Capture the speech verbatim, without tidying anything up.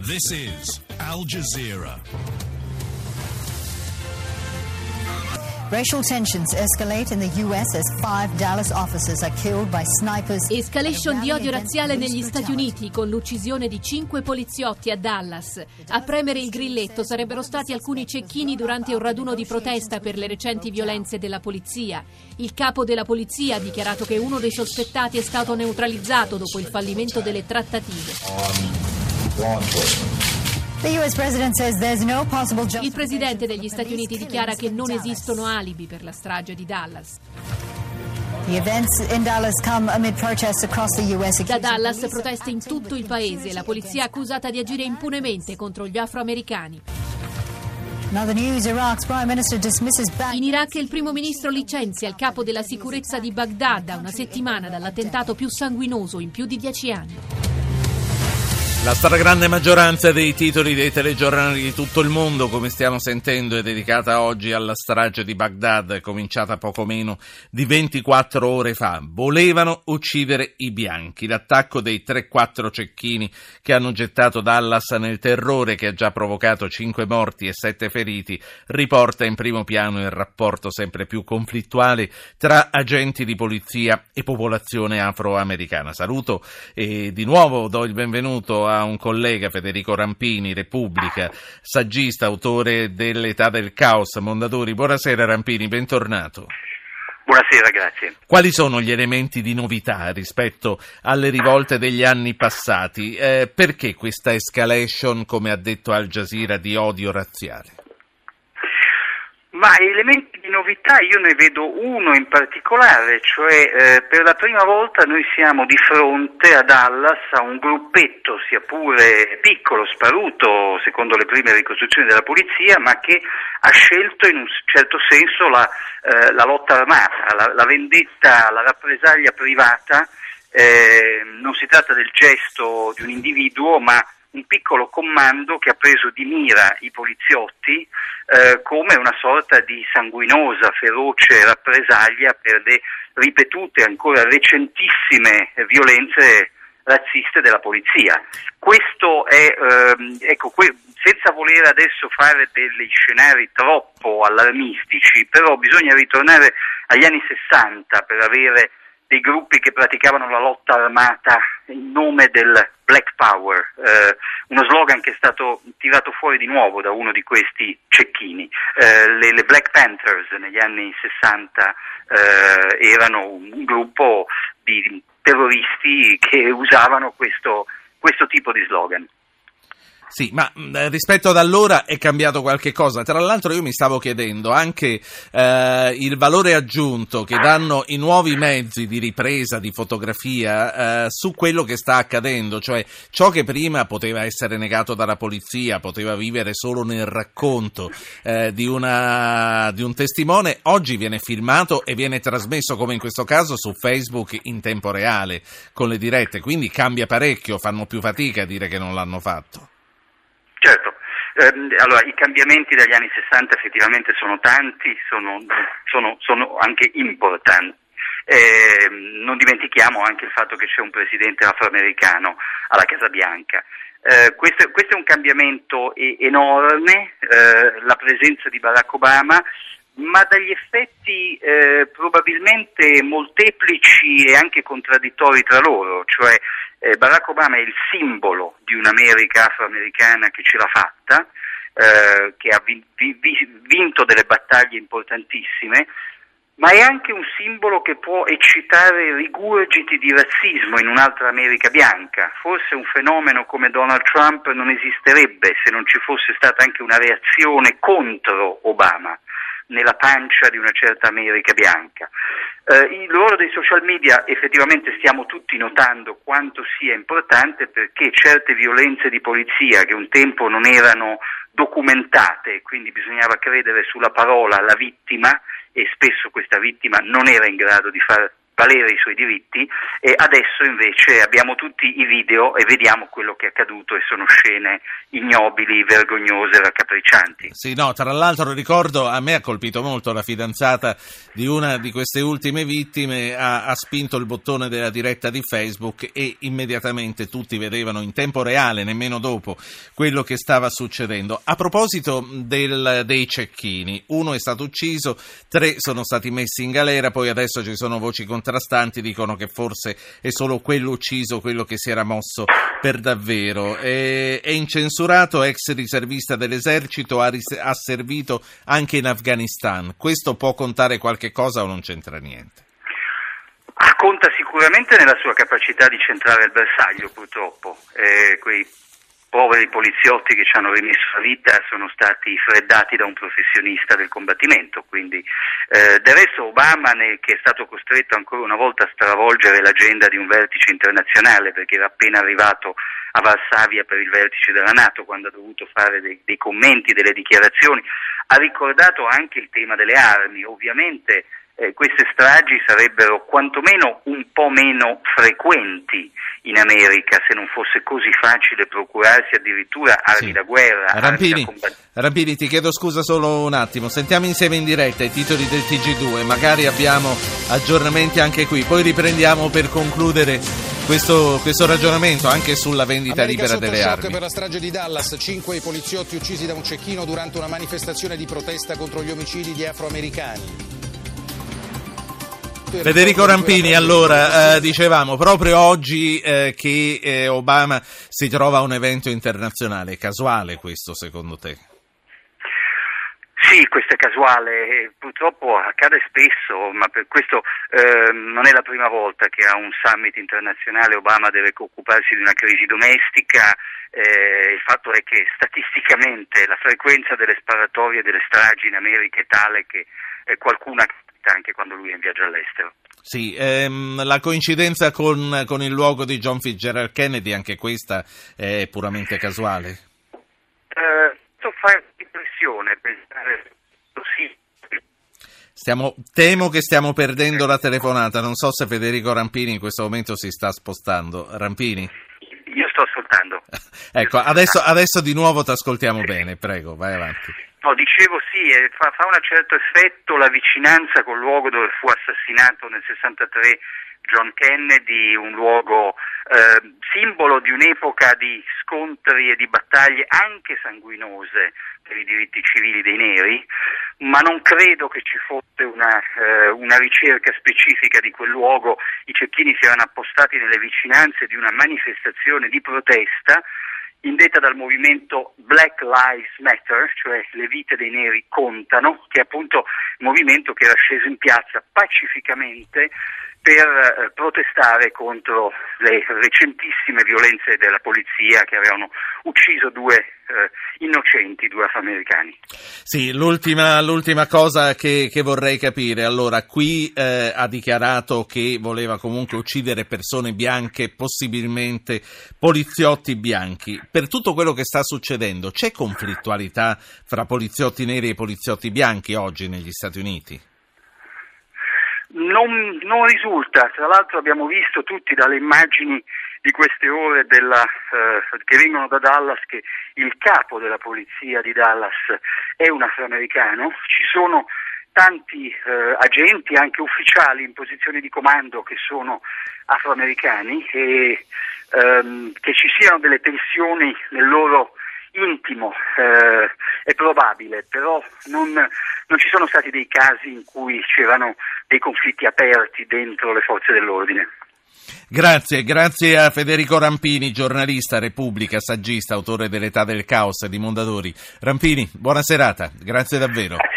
This is Al Jazeera. Racial tensions escalate in the U S as five Dallas officers are killed by snipers. Escalation di odio razziale negli Stati Uniti con l'uccisione di cinque poliziotti a Dallas. A premere il grilletto sarebbero stati alcuni cecchini durante un raduno di protesta per le recenti violenze della polizia. Il capo della polizia ha dichiarato che uno dei sospettati è stato neutralizzato dopo il fallimento delle trattative. Il presidente degli Stati Uniti dichiara che non esistono alibi per la strage di Dallas. Da Dallas proteste in tutto il paese. La polizia è accusata di agire impunemente contro gli afroamericani. In Iraq il primo ministro licenzia il capo della sicurezza di Baghdad a una settimana dall'attentato più sanguinoso in più di dieci anni. La stragrande maggioranza dei titoli dei telegiornali di tutto il mondo, come stiamo sentendo, è dedicata oggi alla strage di Baghdad, cominciata poco meno di ventiquattro ore fa. Volevano uccidere i bianchi. L'attacco dei tre quattro cecchini che hanno gettato Dallas nel terrore, che ha già provocato cinque morti e sette feriti, riporta in primo piano il rapporto sempre più conflittuale tra agenti di polizia e popolazione afroamericana. Saluto e di nuovo do il benvenuto a un collega, Federico Rampini, Repubblica, saggista, autore dell'Età del Caos, Mondadori. Buonasera Rampini, bentornato. Buonasera, grazie. Quali sono gli elementi di novità rispetto alle rivolte degli anni passati? Eh, perché questa escalation, come ha detto Al Jazeera, di odio razziale? Ma elementi di novità io ne vedo uno in particolare, cioè eh, per la prima volta noi siamo di fronte a Dallas a un gruppetto, sia pure piccolo, sparuto, secondo le prime ricostruzioni della polizia, ma che ha scelto in un certo senso la, eh, la lotta armata, la, la vendetta, la rappresaglia privata. Eh, non si tratta del gesto di un individuo, ma un piccolo comando che ha preso di mira i poliziotti eh, come una sorta di sanguinosa, feroce rappresaglia per le ripetute, ancora recentissime violenze razziste della polizia. Questo è, ehm, ecco, que- senza voler adesso fare degli scenari troppo allarmistici, però bisogna ritornare agli anni sessanta per avere dei gruppi che praticavano la lotta armata in nome del Black Power, eh, uno slogan che è stato tirato fuori di nuovo da uno di questi cecchini. Eh, le, le Black Panthers negli anni sessanta eh, erano un gruppo di terroristi che usavano questo, questo tipo di slogan. Sì, ma mh, rispetto ad allora è cambiato qualche cosa. Tra l'altro io mi stavo chiedendo anche eh, il valore aggiunto che danno i nuovi mezzi di ripresa, di fotografia, eh, su quello che sta accadendo, cioè ciò che prima poteva essere negato dalla polizia, poteva vivere solo nel racconto eh, di, una, di un testimone, oggi viene filmato e viene trasmesso, come in questo caso, su Facebook in tempo reale, con le dirette, quindi cambia parecchio, fanno più fatica a dire che non l'hanno fatto. Certo, eh, allora i cambiamenti dagli anni sessanta effettivamente sono tanti, sono, sono, sono anche importanti. Eh, non dimentichiamo anche il fatto che c'è un presidente afroamericano alla Casa Bianca. Eh, questo, questo è un cambiamento e- enorme, eh, la presenza di Barack Obama, ma dagli effetti eh, probabilmente molteplici e anche contraddittori tra loro, cioè eh, Barack Obama è il simbolo di un'America afroamericana che ce l'ha fatta, eh, che ha vi- vi- vinto delle battaglie importantissime, ma è anche un simbolo che può eccitare rigurgiti di razzismo in un'altra America bianca. Forse un fenomeno come Donald Trump non esisterebbe se non ci fosse stata anche una reazione contro Obama nella pancia di una certa America bianca. Eh, il ruolo dei social media effettivamente stiamo tutti notando quanto sia importante, perché certe violenze di polizia che un tempo non erano documentate, quindi bisognava credere sulla parola alla vittima, e spesso questa vittima non era in grado di far valere i suoi diritti, e adesso invece abbiamo tutti i video e vediamo quello che è accaduto, e sono scene ignobili, vergognose, raccapriccianti. Sì, no, tra l'altro ricordo, a me ha colpito molto la fidanzata di una di queste ultime vittime, ha, ha spinto il bottone della diretta di Facebook e immediatamente tutti vedevano in tempo reale, nemmeno dopo, quello che stava succedendo. A proposito del, dei cecchini, uno è stato ucciso, tre sono stati messi in galera, poi adesso ci sono voci contrastanti, dicono che forse è solo quello ucciso, quello che si era mosso per davvero. È, è incensurato, ex riservista dell'esercito, ha, ris- ha servito anche in Afghanistan. Questo può contare qualche cosa o non c'entra niente? Ah, conta sicuramente nella sua capacità di centrare il bersaglio, purtroppo. Eh, quei poveri poliziotti che ci hanno rimesso la vita sono stati freddati da un professionista del combattimento, quindi eh, del resto Obama, ne, che è stato costretto ancora una volta a stravolgere l'agenda di un vertice internazionale, perché era appena arrivato a Varsavia per il vertice della NATO, quando ha dovuto fare dei, dei commenti, delle dichiarazioni, ha ricordato anche il tema delle armi. Ovviamente eh, queste stragi sarebbero quantomeno un po' meno frequenti in America se non fosse così facile procurarsi addirittura armi sì. da guerra. Rampini, armi da combatt- Rampini, ti chiedo scusa solo un attimo, sentiamo insieme in diretta i titoli del T G due, magari abbiamo aggiornamenti anche qui, poi riprendiamo per concludere questo, questo ragionamento anche sulla vendita America libera delle shock armi. Per la strage di Dallas, cinque i poliziotti uccisi da un cecchino durante una manifestazione di protesta contro gli omicidi di afroamericani. Federico Rampini, allora, eh, dicevamo proprio oggi eh, che eh, Obama si trova a un evento internazionale. È casuale questo, secondo te? Sì, questo è casuale, purtroppo accade spesso, ma per questo eh, non è la prima volta che a un summit internazionale Obama deve occuparsi di una crisi domestica. Eh, il fatto è che statisticamente la frequenza delle sparatorie e delle stragi in America è tale che eh, qualcuna capita anche quando lui è in viaggio all'estero. Sì, ehm, la coincidenza con, con il luogo di John Fitzgerald Kennedy, anche questa è puramente casuale? Eh, fa impressione pensare così. Stiamo, temo che stiamo perdendo la telefonata, non so se Federico Rampini in questo momento si sta spostando. Rampini? Io sto ascoltando. Ecco, adesso, adesso di nuovo ti ascoltiamo bene, prego, vai avanti. No, dicevo sì, eh, fa, fa un certo effetto la vicinanza col luogo dove fu assassinato nel sessantatré John Kennedy, un luogo eh, simbolo di un'epoca di scontri e di battaglie anche sanguinose per i diritti civili dei neri, ma non credo che ci fosse una, eh, una ricerca specifica di quel luogo. I cecchini si erano appostati nelle vicinanze di una manifestazione di protesta indetta dal movimento Black Lives Matter, cioè le vite dei neri contano, che è appunto il movimento che era sceso in piazza pacificamente per eh, protestare contro le recentissime violenze della polizia che avevano ucciso due eh, innocenti, due afroamericani. Sì, l'ultima, l'ultima cosa che, che vorrei capire, allora, qui eh, ha dichiarato che voleva comunque uccidere persone bianche, possibilmente poliziotti bianchi. Per tutto quello che sta succedendo, c'è conflittualità fra poliziotti neri e poliziotti bianchi oggi negli Stati Uniti? Non, non risulta, tra l'altro abbiamo visto tutti dalle immagini di queste ore della, eh, che vengono da Dallas che il capo della polizia di Dallas è un afroamericano, ci sono tanti eh, agenti, anche ufficiali in posizioni di comando che sono afroamericani e ehm, che ci siano delle tensioni nel loro intimo eh, è probabile, però non, non ci sono stati dei casi in cui c'erano dei conflitti aperti dentro le forze dell'ordine. Grazie, grazie a Federico Rampini, giornalista, Repubblica, saggista, autore dell'Età del Caos di Mondadori. Rampini, buona serata, grazie davvero.